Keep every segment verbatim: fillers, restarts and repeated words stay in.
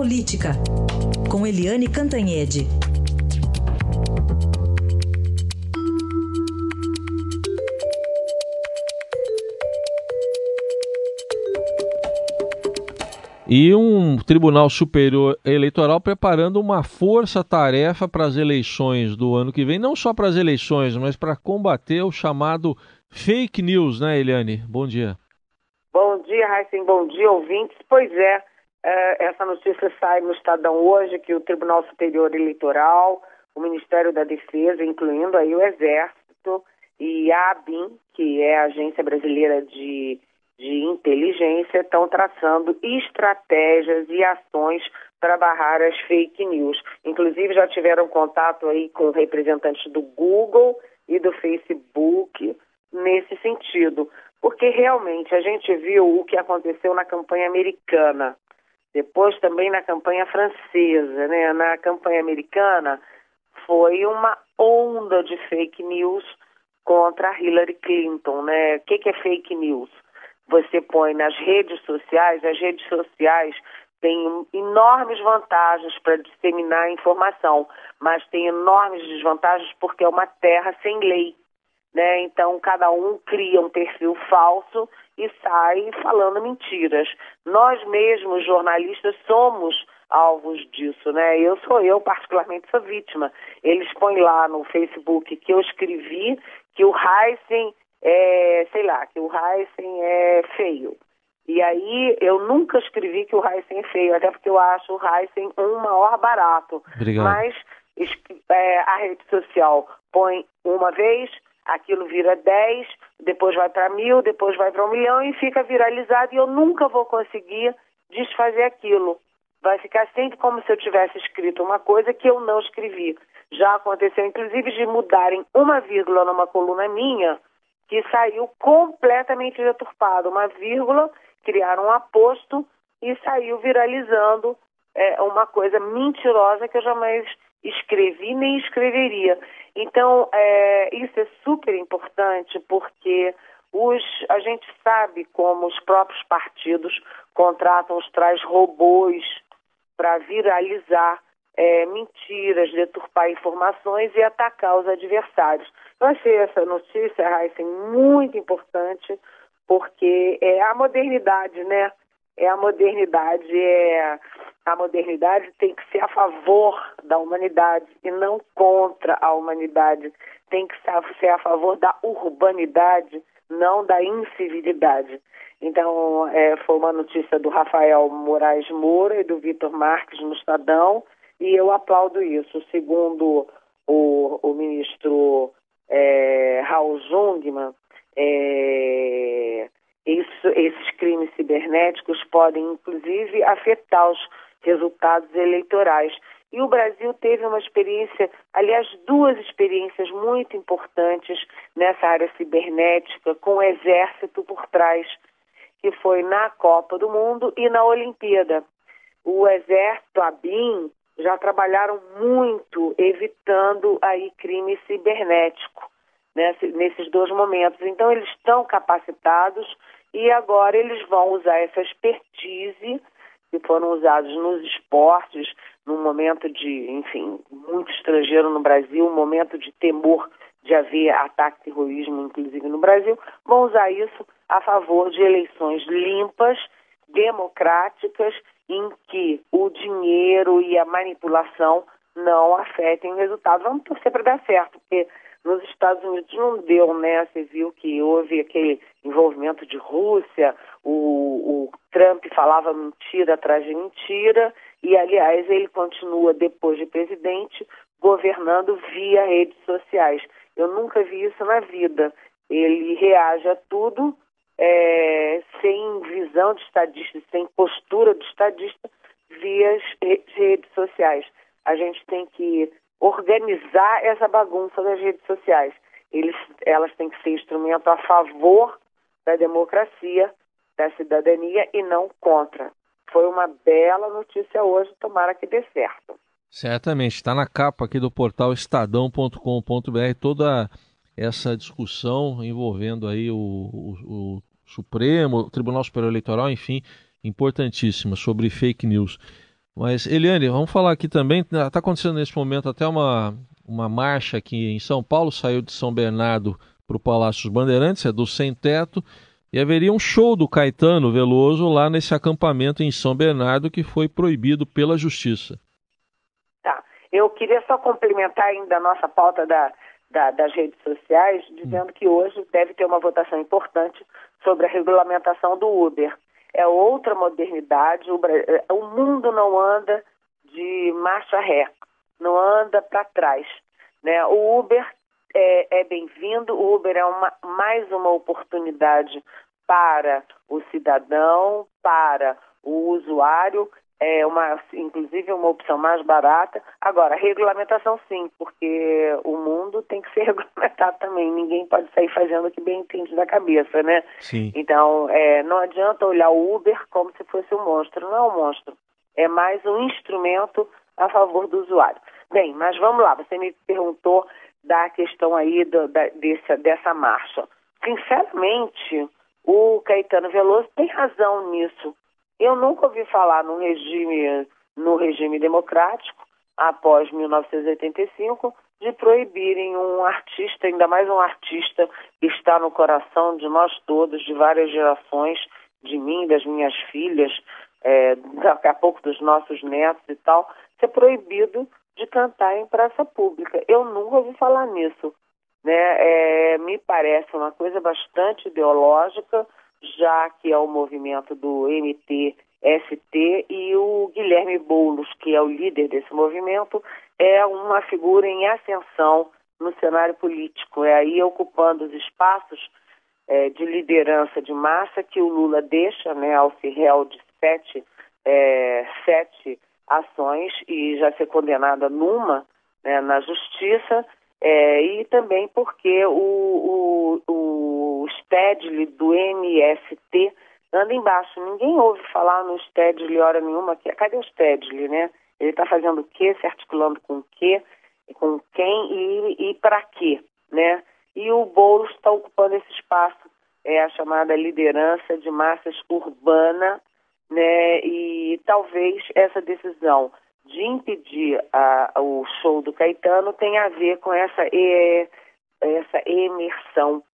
Política, com Eliane Cantanhede. E um Tribunal Superior Eleitoral preparando uma força-tarefa para as eleições do ano que vem, não só para as eleições, mas para combater o chamado fake news, né, Eliane? Bom dia. Bom dia, Raíssen, bom dia, ouvintes. Pois é, essa notícia sai no Estadão hoje, que o Tribunal Superior Eleitoral, o Ministério da Defesa, incluindo aí o Exército e a ABIN, que é a Agência Brasileira de de inteligência, estão traçando estratégias e ações para barrar as fake news. Inclusive já tiveram contato aí com representantes do Google e do Facebook nesse sentido, porque realmente a gente viu o que aconteceu na campanha americana, depois também na campanha francesa, né? Na campanha americana foi uma onda de fake news contra Hillary Clinton, né? O que, que é fake news? Você põe nas redes sociais, as redes sociais têm enormes vantagens para disseminar informação, mas tem enormes desvantagens porque é uma terra sem lei, né? Então, cada um cria um perfil falso e sai falando mentiras. Nós mesmos, jornalistas, somos alvos disso, né? Eu sou eu, particularmente, sou vítima. Eles põem lá no Facebook que eu escrevi que o Heisen É, sei lá, que o Heisen é feio. E aí eu nunca escrevi que o Heisen é feio, até porque eu acho o Heisen um maior barato. Obrigado. Mas é, a rede social põe uma vez, aquilo vira dez, depois vai para mil, depois vai para um milhão e fica viralizado e eu nunca vou conseguir desfazer aquilo. Vai ficar sempre como se eu tivesse escrito uma coisa que eu não escrevi. Já aconteceu, inclusive, de mudarem uma vírgula numa coluna minha, que saiu completamente deturpado, uma vírgula, criaram um aposto e saiu viralizando é, uma coisa mentirosa que eu jamais escrevi nem escreveria. Então, é, isso é super importante porque os, a gente sabe como os próprios partidos contratam os tais robôs para viralizar É, mentiras, deturpar informações e atacar os adversários. Eu achei essa notícia, Raíssen, muito importante, porque é a modernidade, né? É a modernidade, é... a modernidade tem que ser a favor da humanidade e não contra a humanidade. Tem que ser a favor da urbanidade, não da incivilidade. Então, é, foi uma notícia do Rafael Moraes Moura e do Vitor Marques no Estadão, e eu aplaudo isso. Segundo o, o ministro é, Raul Jungmann, é, isso, esses crimes cibernéticos podem, inclusive, afetar os resultados eleitorais. E o Brasil teve uma experiência, aliás, duas experiências muito importantes nessa área cibernética, com o Exército por trás, que foi na Copa do Mundo e na Olimpíada. O Exército, a ABIN, já trabalharam muito evitando aí crime cibernético, né, nesses dois momentos. Então, eles estão capacitados e agora eles vão usar essa expertise que foram usados nos esportes, num momento de, enfim, muito estrangeiro no Brasil, um momento de temor de haver ataque e terrorismo, inclusive no Brasil, vão usar isso a favor de eleições limpas, democráticas, em que o dinheiro e a manipulação não afetem o resultado. Vamos torcer para dar certo, porque nos Estados Unidos não deu, né? Você viu que houve aquele envolvimento de Rússia, o, o Trump falava mentira atrás de mentira, e, aliás, ele continua, depois de presidente, governando via redes sociais. Eu nunca vi isso na vida. Ele reage a tudo É, sem visão de estadista, sem postura de estadista, via as redes sociais. A gente tem que organizar essa bagunça das redes sociais. Eles, elas têm que ser instrumento a favor da democracia, da cidadania e não contra. Foi uma bela notícia hoje, tomara que dê certo. Certamente, está na capa aqui do portal estadão ponto com ponto b r toda essa discussão envolvendo aí o, o, o Supremo, o Tribunal Superior Eleitoral, enfim, importantíssima, sobre fake news. Mas, Eliane, vamos falar aqui também, está acontecendo nesse momento até uma, uma marcha aqui em São Paulo, saiu de São Bernardo para o Palácio dos Bandeirantes, é do Sem Teto, e haveria um show do Caetano Veloso lá nesse acampamento em São Bernardo que foi proibido pela Justiça. Tá, eu queria só complementar ainda a nossa pauta da, da, das redes sociais, dizendo hum. que hoje deve ter uma votação importante sobre a regulamentação do Uber. É outra modernidade, o, o mundo não anda de marcha ré, não anda para trás, né? O Uber é, é bem-vindo, o Uber é uma, mais uma oportunidade para o cidadão, para o usuário, é uma, inclusive uma opção mais barata. Agora, regulamentação sim, porque o mundo tem que ser regulamentado também, ninguém pode sair fazendo o que bem entende da cabeça, né? Sim. Então, é, não adianta olhar o Uber como se fosse um monstro, não é um monstro, é mais um instrumento a favor do usuário. Bem, mas vamos lá, você me perguntou da questão aí do, da, dessa, dessa marcha. Sinceramente, o Caetano Veloso tem razão nisso. Eu nunca ouvi falar no regime, no regime democrático, após mil novecentos e oitenta e cinco, de proibirem um artista, ainda mais um artista que está no coração de nós todos, de várias gerações, de mim, das minhas filhas, é, daqui a pouco dos nossos netos e tal, ser proibido de cantar em praça pública. Eu nunca ouvi falar nisso, né? É, me parece uma coisa bastante ideológica, já que é o movimento do M T S T e o Guilherme Boulos, que é o líder desse movimento, é uma figura em ascensão no cenário político, é aí ocupando os espaços é, de liderança de massa que o Lula deixa, né, ao ser réu de sete, é, sete ações e já ser condenada numa, né, na justiça, é, e também porque o, o, o Stedley do M S T anda embaixo. Ninguém ouve falar no Stedley hora nenhuma. Cadê o Stedley, né? Ele está fazendo o quê? Se articulando com o quê? Com quem e, e para quê, né? E o Boulos está ocupando esse espaço, é a chamada liderança de massas urbana, né? E talvez essa decisão de impedir a, o show do Caetano tenha a ver com essa, é, essa emersão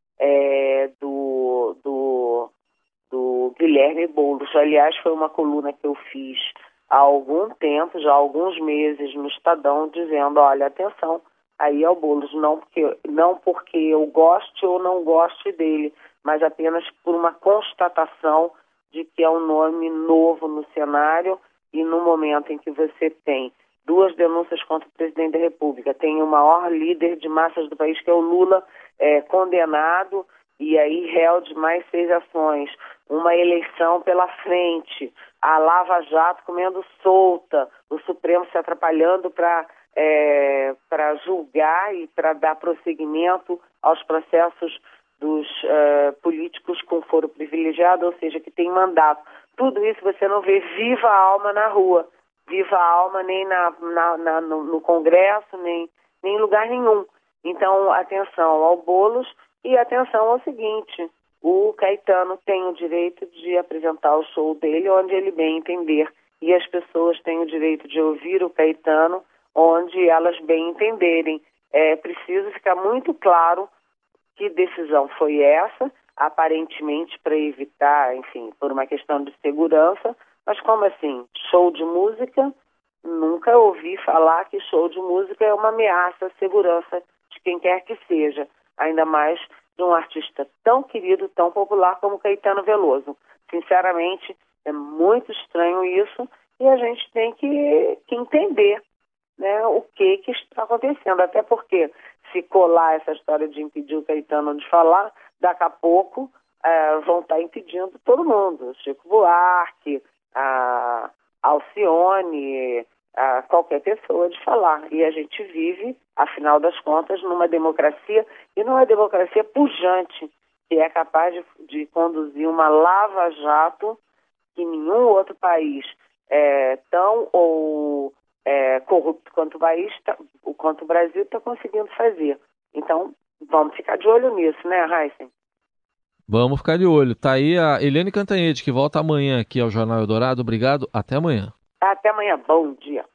é, do, do, do Guilherme Boulos. Aliás, foi uma coluna que eu fiz há algum tempo, já há alguns meses, no Estadão, dizendo, olha, atenção, aí é o Boulos, não porque, não porque eu goste ou não goste dele, mas apenas por uma constatação de que é um nome novo no cenário. E no momento em que você tem duas denúncias contra o presidente da República, tem o maior líder de massas do país, que é o Lula, é, condenado, e aí réu de mais seis ações, uma eleição pela frente, a Lava Jato comendo solta, o Supremo se atrapalhando para é, para julgar e para dar prosseguimento aos processos dos uh, políticos com foro privilegiado, ou seja, que tem mandato. Tudo isso você não vê viva alma na rua, viva alma nem na, na, na, no, no Congresso, nem, nem em lugar nenhum. Então, atenção ao Boulos e atenção ao seguinte, o Caetano tem o direito de apresentar o show dele onde ele bem entender, e as pessoas têm o direito de ouvir o Caetano onde elas bem entenderem. É preciso ficar muito claro que decisão foi essa, aparentemente para evitar, enfim, por uma questão de segurança, mas como assim? Show de música? Nunca ouvi falar que show de música é uma ameaça à segurança de quem quer que seja, ainda mais de um artista tão querido, tão popular como Caetano Veloso. Sinceramente, é muito estranho isso e a gente tem que, que entender, né, o que, que está acontecendo, até porque se colar essa história de impedir o Caetano de falar, daqui a pouco é, vão estar impedindo todo mundo, Chico Buarque, a Alcione, a qualquer pessoa de falar. E a gente vive, afinal das contas, numa democracia, e numa democracia pujante, que é capaz de, de conduzir uma lava-jato que nenhum outro país é tão ou é, corrupto quanto o, país, tá, quanto o Brasil está conseguindo fazer. Então, vamos ficar de olho nisso, né, Heisen? Vamos ficar de olho. Tá aí a Eliane Cantanhede, que volta amanhã aqui ao Jornal Eldorado. Obrigado, até amanhã. Até. Até amanhã. Bom dia.